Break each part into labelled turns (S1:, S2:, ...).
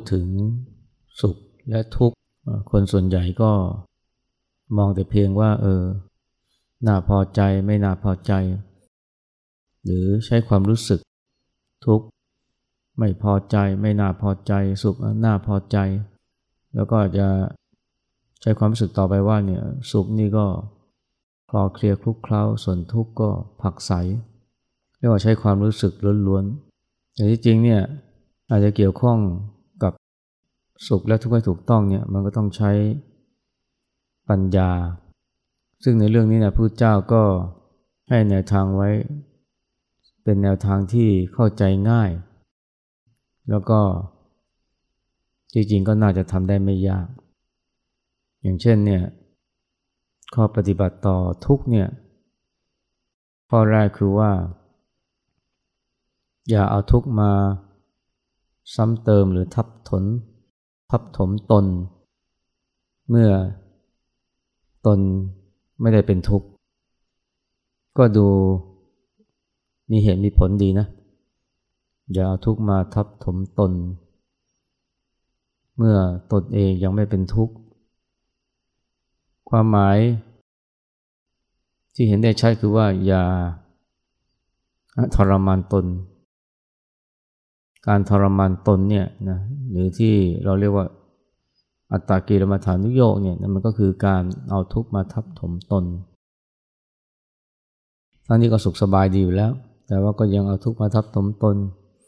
S1: ถึงสุขและทุกข์คนส่วนใหญ่ก็มองแต่เพียงว่าน่าพอใจไม่น่าพอใจหรือใช้ความรู้สึกทุกข์ไม่พอใจไม่น่าพอใจสุขน่าพอใจแล้วก็จะใช้ความรู้สึกต่อไปว่าเนี่ยสุขนี่ก็คลอเคลียคลุกเคล้าส่วนทุกข์ก็ผักใสเรียกว่าใช้ความรู้สึกล้วนๆแต่ที่จริงเนี่ยอาจจะเกี่ยวข้องกับสุขและทุกข์ให้ถูกต้องเนี่ยมันก็ต้องใช้ปัญญาซึ่งในเรื่องนี้นะพระพุทธเจ้าก็ให้แนวทางไว้เป็นแนวทางที่เข้าใจง่ายแล้วก็จริงๆก็น่าจะทำได้ไม่ยากอย่างเช่นเนี่ยข้อปฏิบัติต่อทุกข์เนี่ยข้อแรกคือว่าอย่าเอาทุกข์มาซ้ำเติมหรือทับถมตนเมื่อตนไม่ได้เป็นทุกข์ก็ดูมีเหตุมีผลดีนะอย่าเอาทุกข์มาทับถมตนเมื่อตนเองยังไม่เป็นทุกข์ความหมายที่เห็นได้ชัดคือว่าอย่าทรมานตนการทรมานตนเนี่ยนะหรือที่เราเรียกว่าอัตตกิลมัฏฐานุโยคเนี่ยมันก็คือการเอาทุกข์มาทับถมตนทั้งนี้ก็สุขสบายดีอยู่แล้วแต่ว่าก็ยังเอาทุกข์มาทับถมตน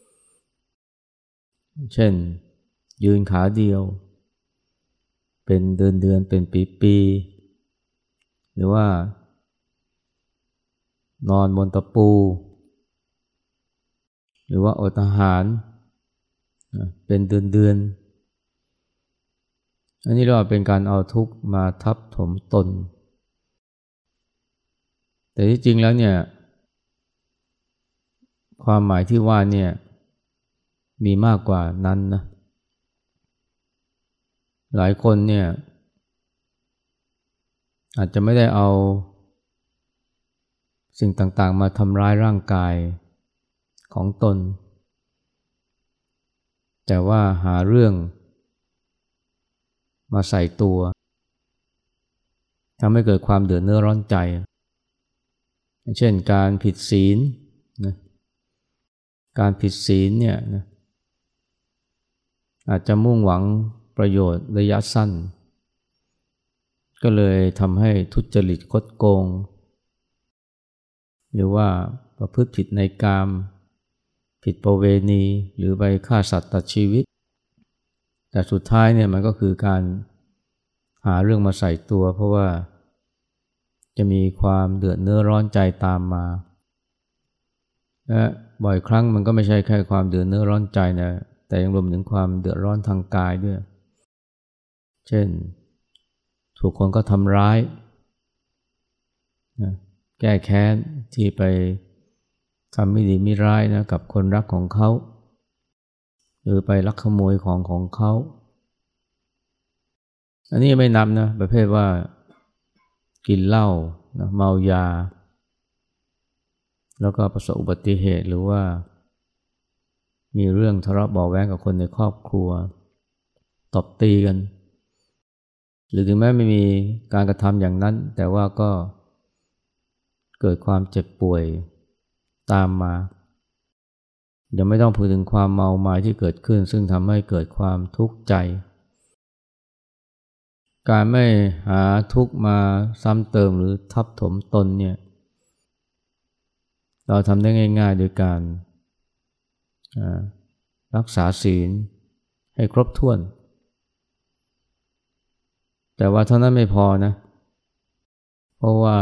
S1: เช่นยืนขาเดียวเป็นเดือนเป็นปีหรือว่านอนบนตะปูหรือว่าอดอาหารเป็นเดือนอันนี้เรียกว่าเป็นการเอาทุกข์มาทับถมตนแต่ที่จริงแล้วเนี่ยความหมายที่ว่าเนี่ยมีมากกว่านั้นนะหลายคนเนี่ยอาจจะไม่ได้เอาสิ่งต่างๆมาทำร้ายร่างกายของตนแต่ว่าหาเรื่องมาใส่ตัวทำให้เกิดความเดือดเนื้อร้อนใจเช่นการผิดศีลนะการผิดศีลเนี่ยนะอาจจะมุ่งหวังประโยชน์ระยะสั้นก็เลยทำให้ทุจริตคดโกงหรือว่าประพฤติผิดในกามผิดประเวณีหรือไปฆ่าสัตว์ตัดชีวิตแต่สุดท้ายเนี่ยมันก็คือการหาเรื่องมาใส่ตัวเพราะว่าจะมีความเดือดเนื้อร้อนใจตามมาและบ่อยครั้งมันก็ไม่ใช่แค่ความเดือดเนื้อร้อนใจนะแต่ยังรวมถึงความเดือดร้อนทางกายด้วยเช่นถูกคนก็ทำร้ายนะแก้แค้นที่ไปทำไม่ดีไม่ร้ายนะกับคนรักของเขาหรือไปลักขโมยของเขาอันนี้ไม่นับนะประเภทว่ากินเหล้านะเมายาแล้วก็ประสบอุบัติเหตุหรือว่ามีเรื่องทะเลาะเบาะแว้งกับคนในครอบครัวตบตีกันหรือถึงแม้ไม่มีการกระทำอย่างนั้นแต่ว่าก็เกิดความเจ็บป่วยตามมายังไม่ต้องพูดถึงความเมาหมายที่เกิดขึ้นซึ่งทำให้เกิดความทุกข์ใจการไม่หาทุกข์มาซ้ำเติมหรือทับถมตนเนี่ยเราทำได้ง่ายๆโดยการรักษาศีลให้ครบถ้วนแต่ว่าเท่านั้นไม่พอนะเพราะว่า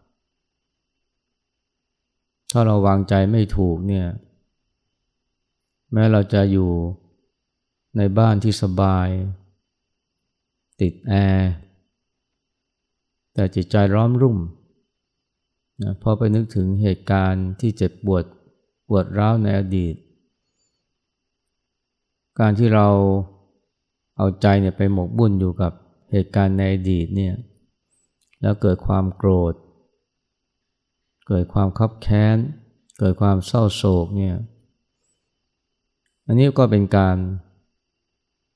S1: ถ้าเราวางใจไม่ถูกเนี่ยแม้เราจะอยู่ในบ้านที่สบายติดแอร์แต่จิตใจร้อนรุ่มนะพอไปนึกถึงเหตุการณ์ที่เจ็บปวดร้าวในอดีตการที่เราเอาใจเนี่ยไปหมกบุ่นอยู่กับเหตุการณ์ในอดีตเนี่ยแล้วเกิดความโกรธเกิดความคับแค้นเกิดความเศร้าโศกเนี่ยอันนี้ก็เป็นการ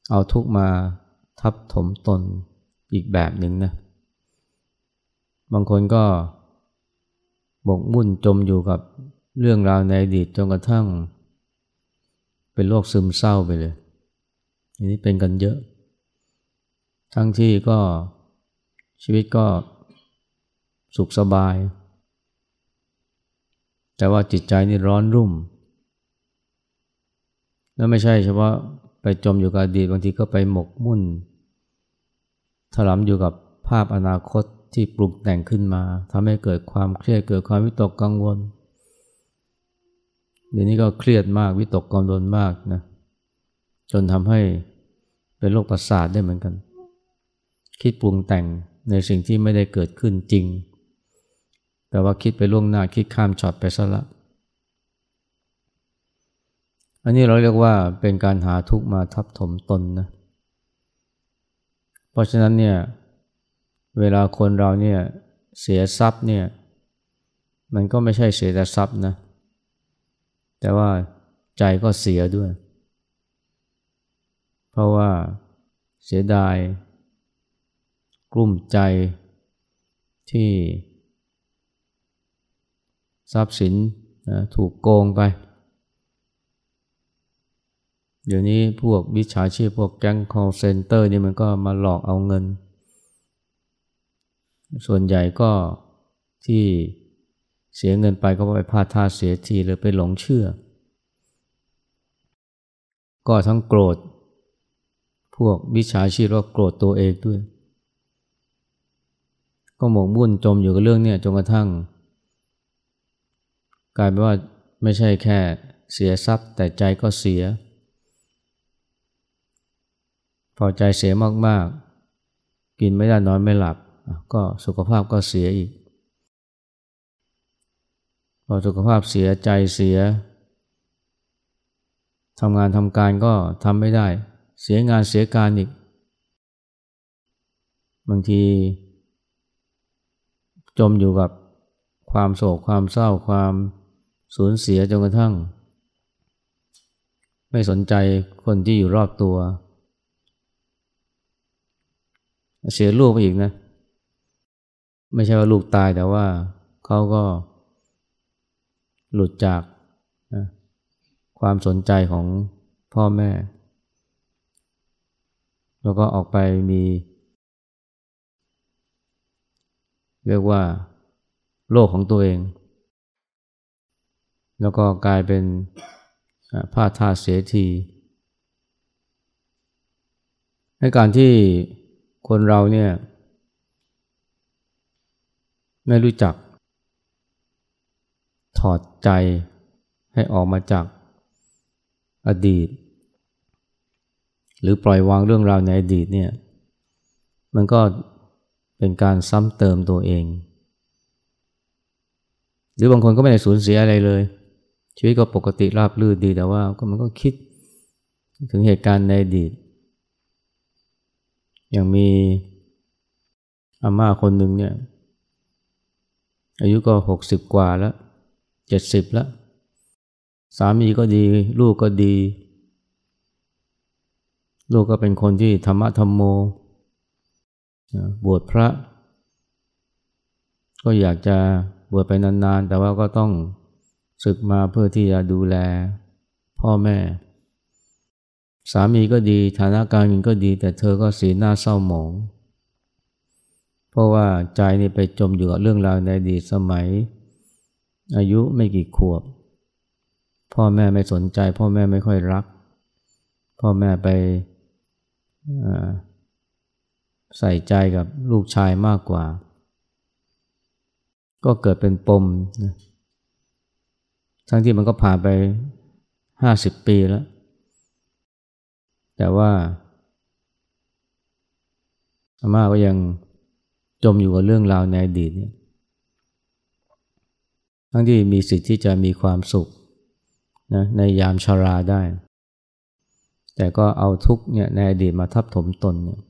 S1: เอาทุกข์มาทับถมตนอีกแบบหนึ่งนะบางคนก็หมกมุ่นจมอยู่กับเรื่องราวในอดีตจนกระทั่งเป็นโรคซึมเศร้าไปเลยอันนี้เป็นกันเยอะทั้งที่ก็ชีวิตก็สุขสบายแต่ว่าจิตใจนี่ร้อนรุ่มแล้วไม่ใช่เฉพาะไปจมอยู่กับอดีตบางทีก็ไปหมกมุ่นถลำอยู่กับภาพอนาคตที่ปรุงแต่งขึ้นมาทำให้เกิดความเครียดเกิดความวิตกกังวลเดี๋ยวนี้ก็เครียดมากวิตกกังวลมากนะจนทำให้เป็นโรคประสาทได้เหมือนกันคิดปรุงแต่งในสิ่งที่ไม่ได้เกิดขึ้นจริงแต่ว่าคิดไปล่วงหน้าคิดข้ามช็อตไปซะละอันนี้เราเรียกว่าเป็นการหาทุกข์มาทับถมตนนะเพราะฉะนั้นเนี่ยเวลาคนเราเนี่ยเสียทรัพย์เนี่ยมันก็ไม่ใช่เสียแต่ทรัพย์นะแต่ว่าใจก็เสียด้วยเพราะว่าเสียดายกลุ้มใจที่ทรัพย์สินถูกโกงไปเดี๋ยวนี้พวกมิจฉาชีพพวกแก๊ง call center นี่มันก็มาหลอกเอาเงินส่วนใหญ่ก็ที่เสียเงินไปก็ไปพลาดท่าเสียทีหรือไปหลงเชื่อก็ทั้งโกรธพวกมิจฉาชีพแล้วโกรธตัวเองด้วยก็หมกมุ่นจมอยู่กับเรื่องนี้จนกระทั่งกลายเป็นว่าไม่ใช่แค่เสียทรัพย์แต่ใจก็เสียพอใจเสียมากๆกินไม่ได้นอนไม่หลับก็สุขภาพก็เสียอีกพอสุขภาพเสียใจเสียทำงานทำการก็ทำไม่ได้เสียงานเสียการอีกบางทีจมอยู่กับความโศกความเศร้าความสูญเสียจนกระทั่งไม่สนใจคนที่อยู่รอบตัวเสียลูกไปอีกนะไม่ใช่ว่าลูกตายแต่ว่าเขาก็หลุดจากความสนใจของพ่อแม่แล้วก็ออกไปมีเรียกว่าโลกของตัวเองแล้วก็กลายเป็นพลาดท่าเสียทีในการที่คนเราเนี่ยไม่รู้จักถอดใจให้ออกมาจากอดีตหรือปล่อยวางเรื่องราวในอดีตเนี่ยมันก็เป็นการซ้ำเติมตัวเองหรือบางคนก็ไม่ได้สูญเสียอะไรเลยชีวิตก็ปกติราบรื่นดีแต่ว่ามันก็คิดถึงเหตุการณ์ในอดีตอย่างมีอาม่าคนหนึ่งเนี่ยอายุก็60กว่าแล้ว70แล้วสามีก็ดีลูกก็ดีลูกก็เป็นคนที่ธรรมะธรรมโมบวชพระก็อยากจะบวชไปนานๆแต่ว่าก็ต้องศึกมาเพื่อที่จะดูแลพ่อแม่สามีก็ดีฐานะการเงินก็ดีแต่เธอก็สีหน้าเศร้าหมองเพราะว่าใจนี่ไปจมอยู่กับเรื่องราวในอดีตสมัยอายุไม่กี่ขวบพ่อแม่ไม่สนใจพ่อแม่ไม่ค่อยรักพ่อแม่ไปใส่ใจกับลูกชายมากกว่าก็เกิดเป็นปมนะทั้งที่มันก็ผ่านไป50 ปีแล้วแต่ว่าอาม่าก็ยังจมอยู่กับเรื่องราวในอดีตเนี่ยทั้งที่มีสิทธิ์ที่จะมีความสุขนะในยามชราได้แต่ก็เอาทุกข์เนี่ยในอดีตมาทับถมตนเนี่ย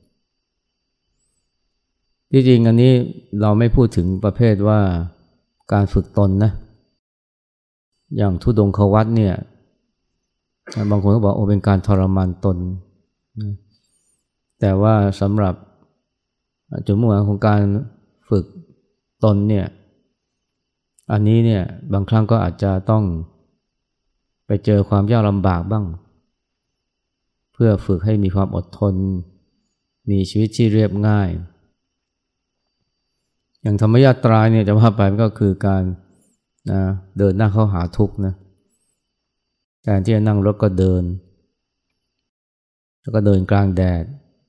S1: ที่จริงอันนี้เราไม่พูดถึงประเภทว่าการฝึกตนนะอย่างธุดงควัตรเนี่ยบางคนก็บอกโอ้เป็นการทรมานตนแต่ว่าสำหรับจุดมุ่งหมายของการฝึกตนเนี่ยอันนี้เนี่ยบางครั้งก็อาจจะต้องไปเจอความยากลำบากบ้างเพื่อฝึกให้มีความอดทนมีชีวิตที่เรียบง่ายอย่างธรรมยาตราเนี่ยจะว่าไปมันก็คือการนะเดินหน้าเข้าหาทุกข์นะแทนที่จะนั่งรถก็เดินแล้วก็เดินกลางแดด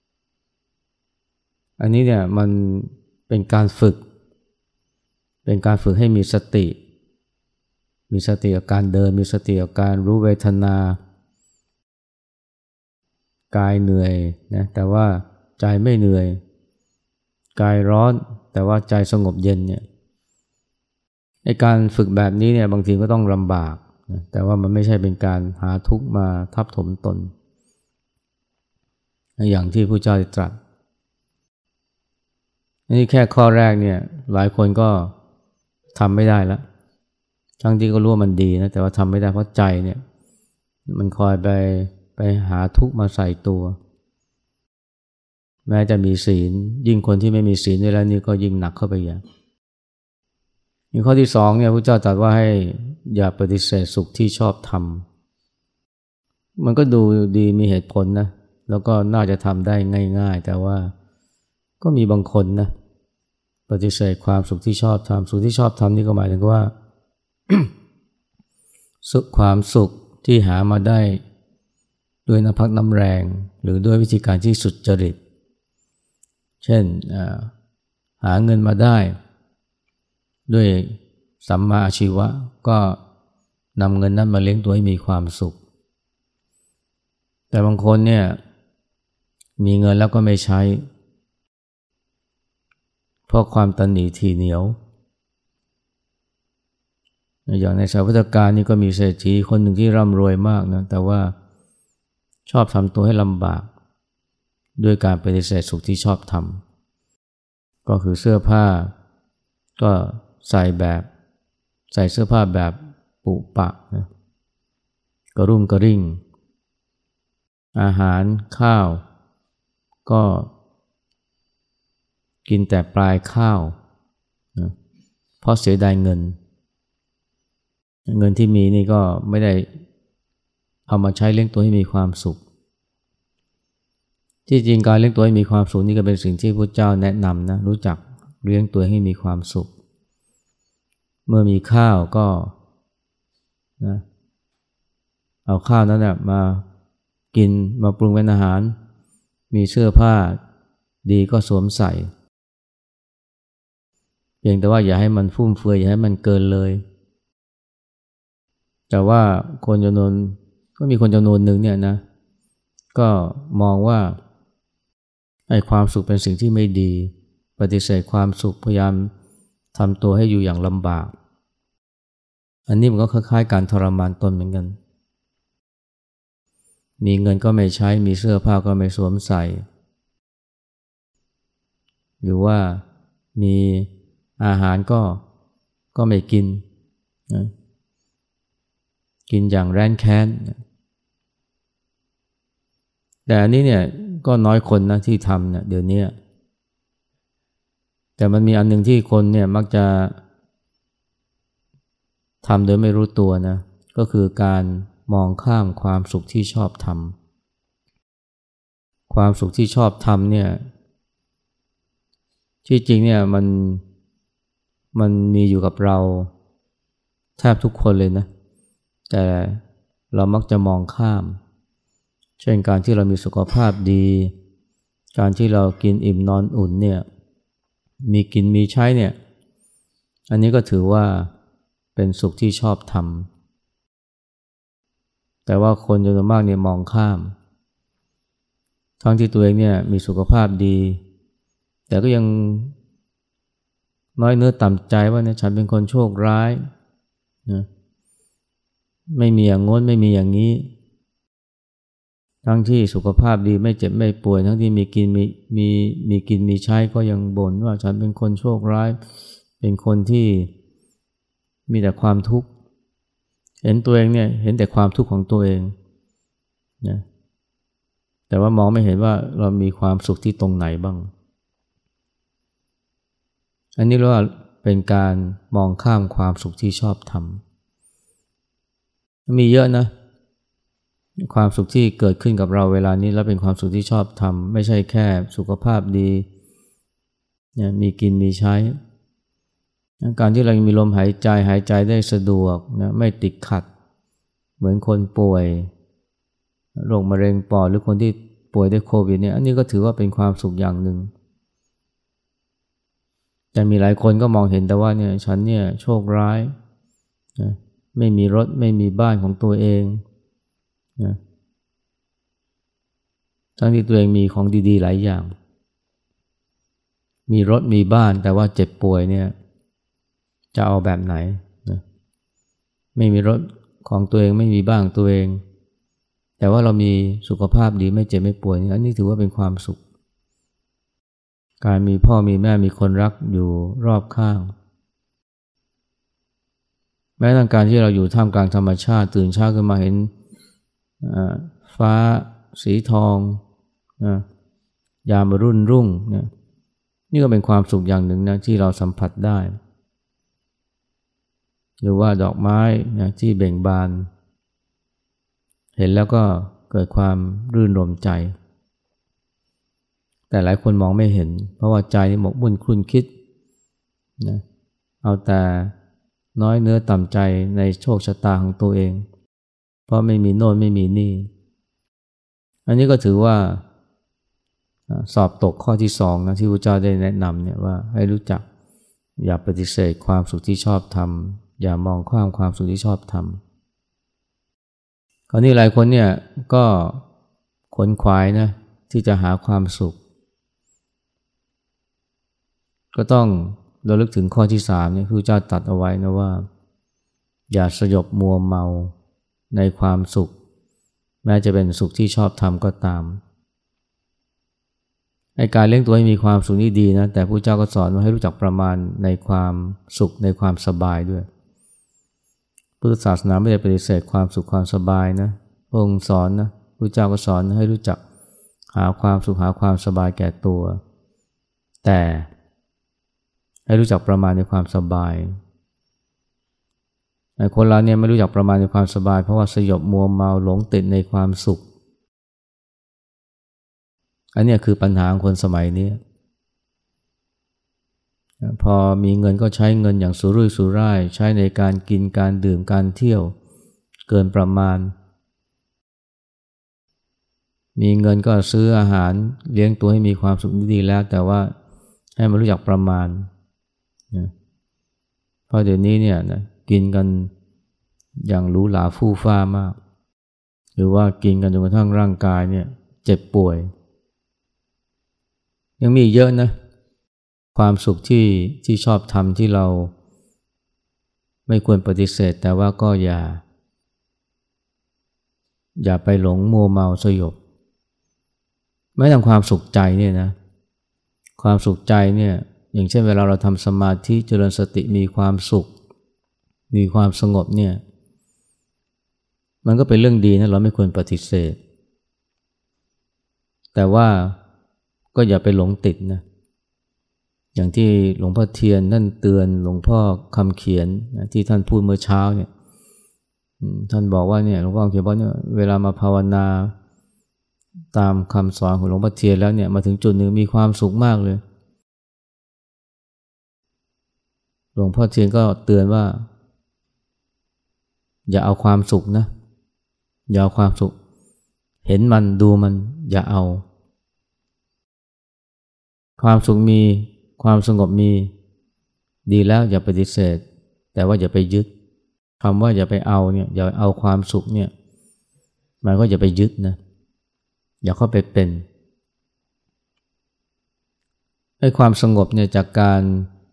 S1: อันนี้เนี่ยมันเป็นการฝึกให้มีสติกับการเดินมีสติกับการรู้เวทนากายเหนื่อยนะแต่ว่าใจไม่เหนื่อยกายร้อนแต่ว่าใจสงบเย็นเนี่ยในการฝึกแบบนี้เนี่ยบางทีก็ต้องลำบากนะแต่ว่ามันไม่ใช่เป็นการหาทุกข์มาทับถมตนอย่างที่พระเจ้าได้ตรัสนี่แค่ข้อแรกเนี่ยหลายคนก็ทำไม่ได้แล้วทั้งที่ก็รู้ว่ามันดีนะแต่ว่าทำไม่ได้เพราะใจเนี่ยมันคอยไปหาทุกข์มาใส่ตัวแม้จะมีศีลยิ่งคนที่ไม่มีศีลด้วยแล้วนี่ก็ยิ่งหนักเข้าไปอย่างข้อที่สองเนี่ยพระเจ้าตรัสว่าให้อย่าปฏิเสธสุขที่ชอบทำมันก็ดูดีมีเหตุผลนะแล้วก็น่าจะทำได้ง่ายๆแต่ว่าก็มีบางคนนะปฏิเสธความสุขที่ชอบทำสุขที่ชอบทำนี่ก็หมายถึงว่า ความสุขที่หามาได้ด้วยน้ำพักน้ำแรงหรือด้วยวิธีการที่สุจริตเช่นหาเงินมาได้ด้วยสัมมาอาชีวะก็นำเงินนั้นมาเลี้ยงตัวให้มีความสุขแต่บางคนเนี่ยมีเงินแล้วก็ไม่ใช้เพราะความตนีทีเหนียวอย่างในสมัยพุทธกาลนี่ก็มีเศรษฐีคนหนึ่งที่ร่ำรวยมากนะแต่ว่าชอบทำตัวให้ลำบากด้วยการปฏิเสธสุขที่ชอบทำก็คือเสื้อผ้าก็ใส่เสื้อผ้าแบบปุปะนะกระรุ่มกระริ่งอาหารข้าวก็กินแต่ปลายข้าวนะเพราะเสียดายเงินที่มีนี่ก็ไม่ได้เอามาใช้เลี้ยงตัวให้มีความสุขที่จริงการเลี้ยงตัวให้มีความสุขนี่ก็เป็นสิ่งที่พระเจ้าแนะนำนะรู้จักเลี้ยงตัวให้มีความสุขเมื่อมีข้าวก็นะเอาข้าวนั้นนะมากินมาปรุงเป็นอาหารมีเสื้อผ้าดีก็สวมใส่เพียงแต่ว่าอย่าให้มันฟุ่มเฟือยอย่าให้มันเกินเลยแต่ว่าคนจำนวนก็มีคนจำนวนหนึ่งเนี่ยนะก็มองว่าไอ้ความสุขเป็นสิ่งที่ไม่ดีปฏิเสธความสุขพยายามทำตัวให้อยู่อย่างลำบากอันนี้มันก็คล้ายๆการทรมานตนเหมือนกันมีเงินก็ไม่ใช้มีเสื้อผ้าก็ไม่สวมใส่หรือว่ามีอาหารก็ไม่กินนะกินอย่างแร้นแค้นแต่อันนี้เนี่ยก็น้อยคนนะที่ทำเนี่ยเดี๋ยวนี้แต่มันมีอันหนึ่งที่คนเนี่ยมักจะทำโดยไม่รู้ตัวนะก็คือการมองข้ามความสุขที่ชอบทำความสุขที่ชอบทำเนี่ยที่จริงเนี่ยมันมีอยู่กับเราแทบทุกคนเลยนะแต่เรามักจะมองข้ามเช่นการที่เรามีสุขภาพดีการที่เรากินอิ่มนอนอุ่นเนี่ยมีกินมีใช้เนี่ยอันนี้ก็ถือว่าเป็นสุขที่ชอบทำแต่ว่าคนจำนวนมากเนี่ยมองข้ามทั้งที่ตัวเองเนี่ยมีสุขภาพดีแต่ก็ยังน้อยเนื้อต่ำใจว่าเนี่ยฉันเป็นคนโชคร้ายนะไม่มีอย่างง้นไม่มีอย่างนี้ทั้งที่สุขภาพดีไม่เจ็บไม่ป่วยทั้งที่มีกินมีใช้ก็ยังบ่นว่าฉันเป็นคนโชคร้ายเป็นคนที่มีแต่ความทุกข์เห็นตัวเองเนี่ยเห็นแต่ความทุกข์ของตัวเองนะแต่ว่ามองไม่เห็นว่าเรามีความสุขที่ตรงไหนบ้างอันนี้เรียกว่าเป็นการมองข้ามความสุขที่ชอบทำมีเยอะนะความสุขที่เกิดขึ้นกับเราเวลานี้แล้วเป็นความสุขที่ชอบทำไม่ใช่แค่สุขภาพดีมีกินมีใช้การที่เรามีลมหายใจได้สะดวกนะไม่ติดขัดเหมือนคนป่วยโรคมะเร็งปอดหรือคนที่ป่วยด้วยโควิดเนี่ยอันนี้ก็ถือว่าเป็นความสุขอย่างหนึ่งแต่มีหลายคนก็มองเห็นแต่ว่าเนี่ยฉันเนี่ยโชคร้ายนะไม่มีรถไม่มีบ้านของตัวเองนะทั้งที่ตัวเองมีของดีๆหลายอย่างมีรถมีบ้านแต่ว่าเจ็บป่วยเนี่ยจะเอาแบบไหนนะไม่มีรถของตัวเองไม่มีบ้านของตัวเองแต่ว่าเรามีสุขภาพดีไม่เจ็บไม่ป่วยอันนี้ถือว่าเป็นความสุขการมีพ่อมีแม่มีคนรักอยู่รอบข้างแม้แต่การที่เราอยู่ท่ามกลางธรรมชาติตื่นเช้าขึ้นมาเห็นฟ้าสีทองยามรุ่งนี่ก็เป็นความสุขอย่างหนึ่งนะที่เราสัมผัสได้หรือว่าดอกไม้นะที่เบ่งบานเห็นแล้วก็เกิดความรื่นรมใจแต่หลายคนมองไม่เห็นเพราะว่าใจนี่หมกมุ่นคลุ่นคิดนะเอาแต่น้อยเนื้อต่ำใจในโชคชะตาของตัวเองเพราะไม่มีโน่นไม่มีนี่อันนี้ก็ถือว่าสอบตกข้อที่สองนะที่พระเจ้าได้แนะนำเนี่ยว่าให้รู้จักอย่าปฏิเสธความสุขที่ชอบทำอย่ามองข้ามความสุขที่ชอบทำคราวนี้หลายคนเนี่ยก็ขวนขวายนะที่จะหาความสุขก็ต้องระลึกถึงข้อที่สามเนี่ยพระเจ้าตรัสเอาไว้นะว่าอย่าสยบมัวเมาในความสุขแม้จะเป็นสุขที่ชอบทำก็ตามไอ้การเลี้ยงตัวให้มีความสุขนี่ดีนะแต่พระเจ้าก็สอนว่าให้รู้จักประมาณในความสุขในความสบายด้วยพุทธศาสนาไม่ได้ปฏิเสธความสุขความสบายนะพระองค์สอนนะพระเจ้าก็สอนให้รู้จักหาความสุขหาความสบายแก่ตัวแต่ให้รู้จักประมาณในความสบายคนเราเนี่ยไม่รู้จักประมาณในความสบายเพราะว่าสยบมัวเมาหลงติดในความสุขอันนี้คือปัญหาของคนสมัยนี้พอมีเงินก็ใช้เงินอย่างสุรุ่ยสุร่ายใช้ในการกินการดื่มการเที่ยวเกินประมาณมีเงินก็ซื้ออาหารเลี้ยงตัวให้มีความสุขดีแล้วแต่ว่าให้มันรู้จักประมาณนะเพราะเดี๋ยวนี้เนี่ยนะกินกันอย่างหรูหราฟู่ฟ้ามากหรือว่ากินกันจนกระทั่งร่างกายเนี่ยเจ็บป่วยยังมีเยอะนะความสุขที่ชอบทำที่เราไม่ควรปฏิเสธแต่ว่าก็อย่าไปหลงมัวเมาสยบแม้แต่ความสุขใจเนี่ยนะความสุขใจเนี่ยอย่างเช่นเวลาเราทำสมาธิเจริญสติมีความสุขมีความสงบเนี่ยมันก็เป็นเรื่องดีนะเราไม่ควรปฏิเสธแต่ว่าก็อย่าไปหลงติดนะอย่างที่หลวงพ่อเทียนท่านเตือนหลวงพ่อคำเขียนนะที่ท่านพูดเมื่อเช้าเนี่ยท่านบอกว่าเนี่ยหลวงพ่อเขียนบอกเนี่ยเวลามาภาวนาตามคำสอนของหลวงพ่อเทียนแล้วเนี่ยมาถึงจุดหนึ่งมีความสุขมากเลยหลวงพ่อเทียนก็เตือนว่าอย่าเอาความสุขนะอย่าเอาความสุขเห็นมันดูมันอย่าเอาความสุขมีความสงบมีดีแล้วอย่าปฏิเสธแต่ว่าอย่าไปยึดคำว่าอย่าไปเอาเนี่ยอย่าเอาความสุขเนี่ยมันก็อย่าไปยึดนะอย่าเข้าไปเป็นให้ความสงบเนี่ยจากการ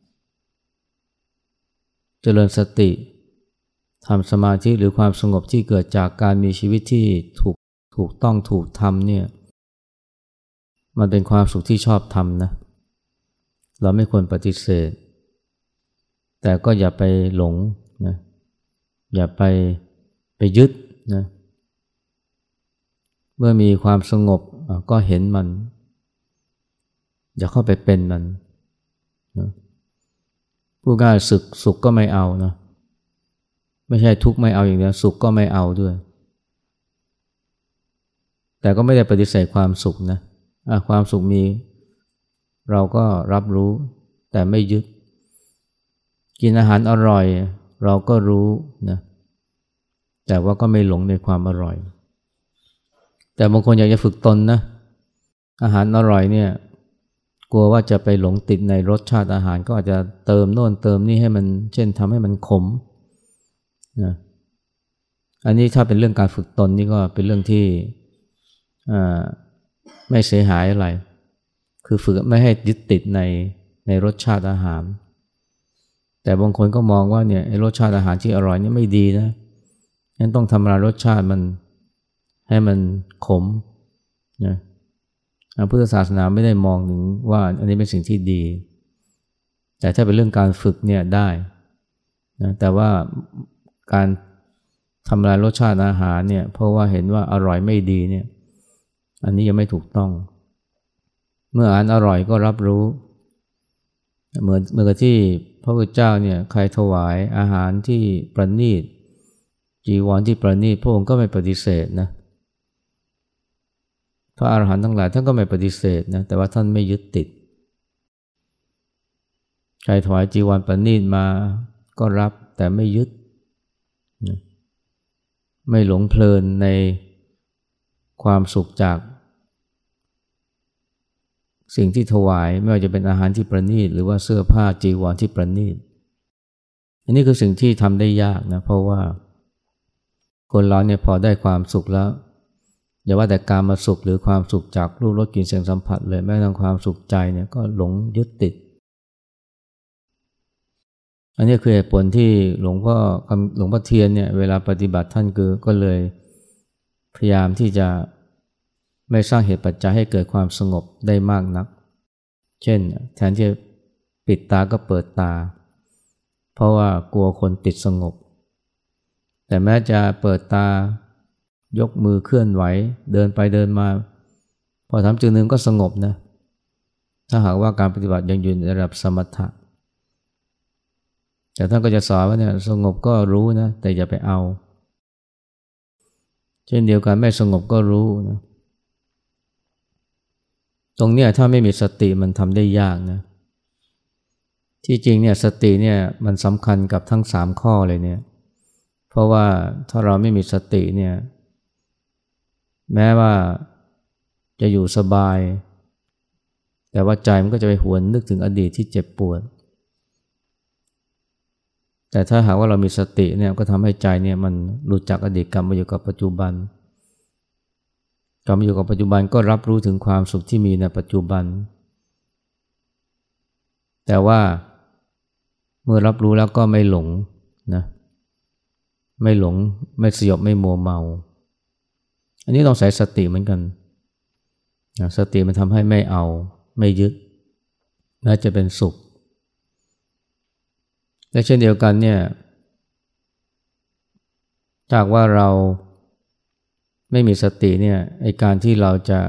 S1: เจริญสติทำสมาธิหรือความสงบที่เกิดจากการมีชีวิตที่ถูกต้องถูกทำเนี่ยมันเป็นความสุขที่ชอบทำนะเราไม่ควรปฏิเสธแต่ก็อย่าไปหลงนะอย่าไปยึดนะเมื่อมีความสงบก็เห็นมันอย่าเข้าไปเป็นมันนะผู้ง่ายสุขก็ไม่เอานะไม่ใช่ทุกข์ไม่เอาอย่างเดียวสุขก็ไม่เอาด้วยแต่ก็ไม่ได้ปฏิเสธความสุขนะความสุขมีเราก็รับรู้แต่ไม่ยึดกินอาหารอร่อยเราก็รู้นะแต่ว่าก็ไม่หลงในความอร่อยแต่บางคนอยากจะฝึกตนนะอาหารอร่อยเนี่ยกลัวว่าจะไปหลงติดในรสชาติอาหารก็อาจจะเติมโน่นเติมนี่ให้มันเช่นทำให้มันขมนะอันนี้ถ้าเป็นเรื่องการฝึกตนนี่ก็เป็นเรื่องที่ไม่เสียหายอะไรคือฝึกไม่ให้ยึดติดในรสชาติอาหารแต่บางคนก็มองว่าเนี่ยรสชาติอาหารที่อร่อยนี่ไม่ดีนะงั้นต้องทำลายรสชาติมันให้มันขมนะพุทธศาสนาไม่ได้มองถึงว่าอันนี้เป็นสิ่งที่ดีแต่ถ้าเป็นเรื่องการฝึกเนี่ยได้นะแต่ว่าการทำลายรสชาติอาหารเนี่ยเพราะว่าเห็นว่าอร่อยไม่ดีเนี่ยอันนี้ยังไม่ถูกต้องเมื่ออาหารอร่อยก็รับรู้เหมือนกับที่พระพุทธเจ้าเนี่ยใครถวายอาหารที่ประณีตจีวรที่ประณีตพระองค์ก็ไม่ปฏิเสธนะพระอรหันต์ทั้งหลายท่านก็ไม่ปฏิเสธนะแต่ว่าท่านไม่ยึดติดใครถวายจีวรประณีตมาก็รับแต่ไม่ยึดนะไม่หลงเพลินในความสุขจากสิ่งที่ถวายไม่ว่าจะเป็นอาหารที่ประณีตหรือว่าเสื้อผ้าจีวรที่ประณีตอันนี้คือสิ่งที่ทำได้ยากนะเพราะว่าคนเราเนี่ยพอได้ความสุขแล้วอย่าว่าแต่การมาสุขหรือความสุขจากรูปรสกลิ่นเสียงสัมผัสเลยแม้แต่ความสุขใจเนี่ยก็หลงยึดติดอันนี้คือเหตุผลที่หลวงพ่อเทียนเนี่ยเวลาปฏิบัติท่านก็เลยพยายามที่จะไม่สร้างเหตุปัจจัยให้เกิดความสงบได้มากนักเช่นแทนที่ปิดตาก็เปิดตาเพราะว่ากลัวคนติดสงบแต่แม้จะเปิดตายกมือเคลื่อนไหวเดินไปเดินมาพอทำจุดหนึ่งก็สงบนะถ้าหากว่าการปฏิบัติยังอยู่ในระดับสมถะแต่ท่านก็จะสอนว่าเนี่ยสงบก็รู้นะแต่อย่าไปเอาเช่นเดียวกันไม่สงบก็รู้นะตรงเนี้ยถ้าไม่มีสติมันทำได้ยากนะที่จริงเนี่ยสติเนี่ยมันสำคัญกับทั้ง3ข้อเลยเนี่ยเพราะว่าถ้าเราไม่มีสติเนี่ยแม้ว่าจะอยู่สบายแต่ว่าใจมันก็จะไปหวนนึกถึงอดีตที่เจ็บปวดแต่ถ้าหากว่าเรามีสติเนี่ยก็ทำให้ใจเนี่ยมันหลุดจากอดีตกลับมาอยู่กับปัจจุบันกลับมาอยู่กับปัจจุบันก็รับรู้ถึงความสุขที่มีในปัจจุบันแต่ว่าเมื่อรับรู้แล้วก็ไม่หลงนะไม่หลงไม่สยบไม่มัวเมาอันนี้ต้องใช้สติเหมือนกันนะสติมันทำให้ไม่เอาไม่ยึดแม้จะเป็นสุขและเช่นเดียวกันเนี่ยถ้าว่าเราไม่มีสติเนี่ยไอ้การที่เราจะ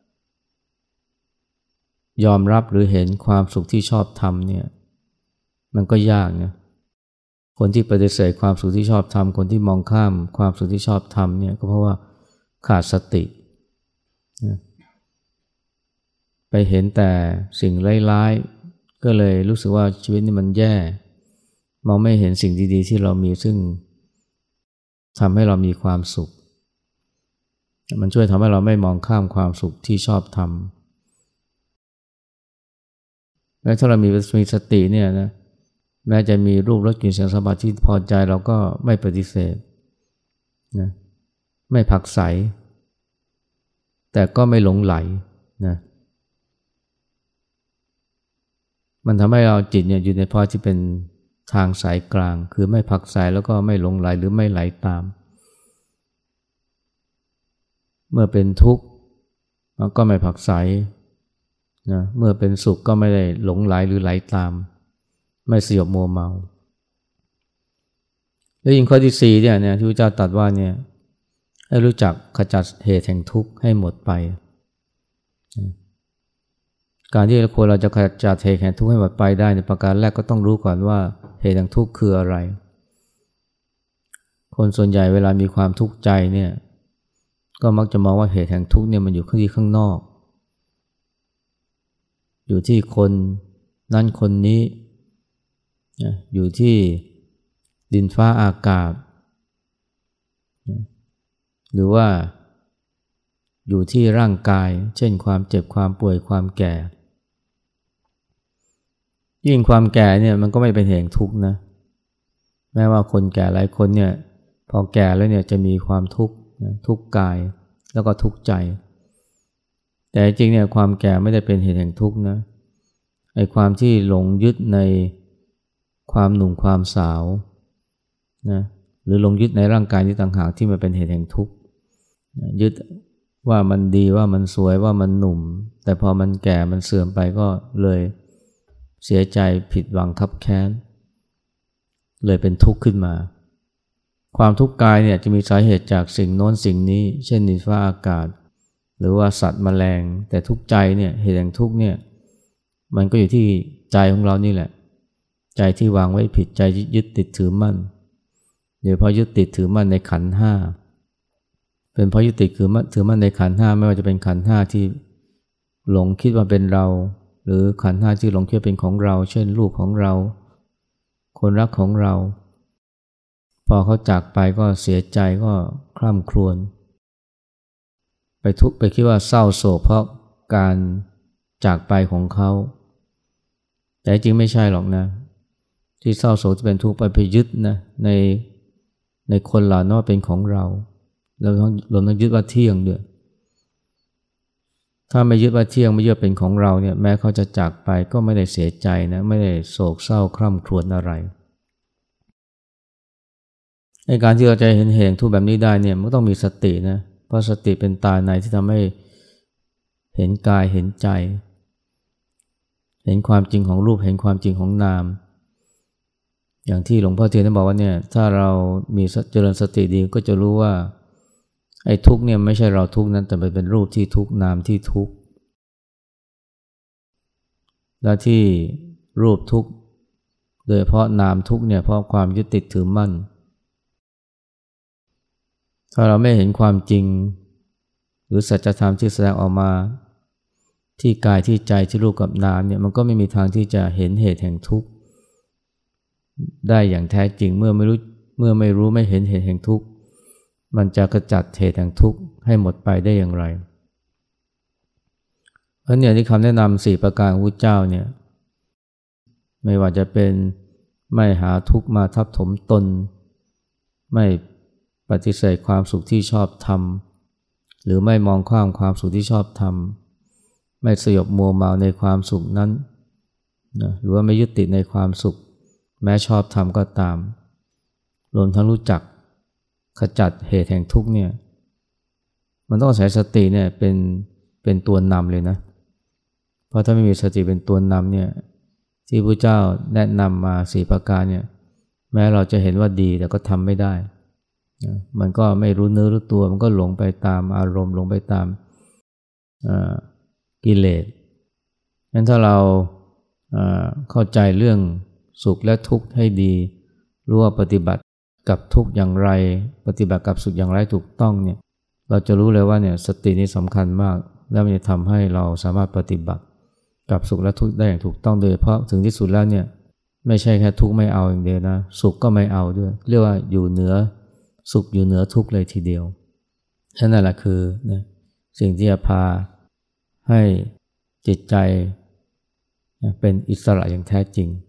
S1: ยอมรับหรือเห็นความสุขที่ชอบทำเนี่ยมันก็ยากนะคนที่ปฏิเสธความสุขที่ชอบทำคนที่มองข้ามความสุขที่ชอบทำเนี่ยก็เพราะว่าขาดสตินะไปเห็นแต่สิ่งร้ายๆก็เลยรู้สึกว่าชีวิตนี่มันแย่มองไม่เห็นสิ่งดีๆที่เรามีซึ่งทำให้เรามีความสุขมันช่วยทำให้เราไม่มองข้ามความสุขที่ชอบทำและถ้าเรามีสติเนี่ยนะแม้จะมีรูปรสกลิ่นเสียงสัมผัสที่พอใจเราก็ไม่ปฏิเสธนะไม่ผลักไสแต่ก็ไม่หลงไหลนะมันทำให้เราจิตเนี่ยอยู่ในภาวะที่เป็นทางสายกลางคือไม่ผลักไสแล้วก็ไม่หลงไหลหรือไม่ไหลตามเมื่อเป็นทุกข์ก็ไม่ผลักไสนะเมื่อเป็นสุขก็ไม่ได้หลงไหลหรือไหลตามไม่สยบมัวเมาแล้วยิ่งข้อที่4เนี่ยที่พระเจ้าตรัสว่าเนี่ยให้รู้จักขจัดเหตุแห่งทุกข์ให้หมดไปการที่เราจะขจัดเหตุแห่งทุกข์ให้หมดไปได้ในประการแรกก็ต้องรู้ก่อนว่าเหตุแห่งทุกข์คืออะไรคนส่วนใหญ่เวลามีความทุกข์ใจเนี่ยก็มักจะมองว่าเหตุแห่งทุกข์เนี่ยมันอยู่ข้างนอกอยู่ที่คนนั่นคนนี้อยู่ที่ดินฟ้าอากาศหรือว่าอยู่ที่ร่างกายเช่นความเจ็บความป่วยความแก่ยิ่งความแก่เนี่ยมันก็ไม่เป็นเหตุทุกข์นะแม้ว่าคนแก่หลายคนเนี่ยพอแก่แล้วเนี่ยจะมีความทุกข์ทุกข์กายแล้วก็ทุกข์ใจแต่จริงเนี่ยความแก่ไม่ได้เป็นเหตุแห่งทุกข์นะไอ้ความที่หลงยึดในความหนุ่มความสาวนะหรือหลงยึดในร่างกายนี้ต่างหากที่มันเป็นเหตุแห่งทุกข์ยึดว่ามันดีว่ามันสวยว่ามันหนุ่มแต่พอมันแก่มันเสื่อมไปก็เลยเสียใจผิดหวังคับแค้นเลยเป็นทุกข์ขึ้นมาความทุกข์กายเนี่ยจะมีสาเหตุจากสิ่งโน้นสิ่งนี้เช่นดินฟ้าอากาศหรือว่าสัตว์แมลงแต่ทุกข์ใจเนี่ยเหตุแห่งทุกข์เนี่ยมันก็อยู่ที่ใจของเรานี่แหละใจที่วางไว้ผิดใจยึดติดถือมั่นเดี๋ยวพอยึดติดถือมั่นในขันธ์ห้าเป็นเพราะยึดติดถือมั่นในขันธ์ห้าไม่ว่าจะเป็นขันธ์ห้าที่หลงคิดว่าเป็นเราหรือขันธ์ห้าที่หลงคิดเป็นของเราเช่นลูกของเราคนรักของเราพอเขาจากไปก็เสียใจก็คร่ำครวญไปทุกข์ไปคิดว่าเศร้าโศกเพราะการจากไปของเขาแต่จริงไม่ใช่หรอกนะที่เศร้าโศกจะเป็นทุกข์ไปยึดนะในคนเหล่านั้นว่าเป็นของเราเราต้องยึดว่าเที่ยงด้วยถ้าไม่ยึดว่าเที่ยงไม่ยึดเป็นของเราเนี่ยแม้เขาจะจากไปก็ไม่ได้เสียใจนะไม่ได้โศกเศร้าคร่ำครวญอะไรในการที่เราจะเห็นเหตุทุกข์แบบนี้ได้เนี่ยมันต้องมีสตินะเพราะสติเป็นตาในที่ทำให้เห็นกายเห็นใจเห็นความจริงของรูปเห็นความจริงของนามอย่างที่หลวงพ่อเทียนท่านบอกว่าเนี่ยถ้าเรามีเจริญสติดีก็จะรู้ว่าไอ้ทุกข์เนี่ยไม่ใช่เราทุกข์นั้นแต่เป็นรูปที่ทุกข์นามที่ทุกข์และที่รูปทุกข์โดยเฉพาะนามทุกข์เนี่ยเพราะความยึดติดถือมั่นถ้าเราไม่เห็นความจริงหรือสัจธรรมที่แสดงออกมาที่กายที่ใจที่รูปกับนามเนี่ยมันก็ไม่มีทางที่จะเห็นเหตุแห่งทุกข์ได้อย่างแท้จริงเมื่อไม่รู้ไม่เห็นเหตุแห่งทุกข์มันจะกระจัดเหตุแห่งทุกข์ให้หมดไปได้อย่างไรเพราะเนี่ยที่คำแนะนำ4ประการของพระเจ้าเนี่ยไม่ว่าจะเป็นไม่หาทุกข์มาทับถมตนไม่ปฏิเสธความสุขที่ชอบทำหรือไม่มองข้ามความสุขที่ชอบทำไม่สยบมัวเมาในความสุขนั้นนะหรือว่าไม่ยึดติดในความสุขแม้ชอบทำก็ตามรวมทั้งรู้จักขจัดเหตุแห่งทุกข์เนี่ยมันต้องอาศัยสติเนี่ยเป็นตัวนำเลยนะเพราะถ้าไม่มีสติเป็นตัวนำเนี่ยที่พระเจ้าแนะนำมา4ประการเนี่ยแม้เราจะเห็นว่าดีแต่ก็ทำไม่ได้นะมันก็ไม่รู้เนื้อรู้ตัวมันก็หลงไปตามอารมณ์หลงไปตามกิเลสงั้นถ้าเราเข้าใจเรื่องสุขและทุกข์ให้ดีรู้ว่าปฏิบัติกับทุกข์อย่างไรปฏิบัติกับสุขอย่างไรถูกต้องเนี่ยเราจะรู้เลยว่าเนี่ยสตินี่สำคัญมากแล้วมันจะทำให้เราสามารถปฏิบัติกับสุขและทุกข์ได้อย่างถูกต้องโดยเฉพาะถึงที่สุดแล้วเนี่ยไม่ใช่แค่ทุกข์ไม่เอาอย่างเดียวนะสุขก็ไม่เอาด้วยเรียกว่าอยู่เหนือสุขอยู่เหนือทุกข์เลยทีเดียวนั่นแหละคือนะสิ่งที่จะพาให้จิตใจเป็นอิสระอย่างแท้จริง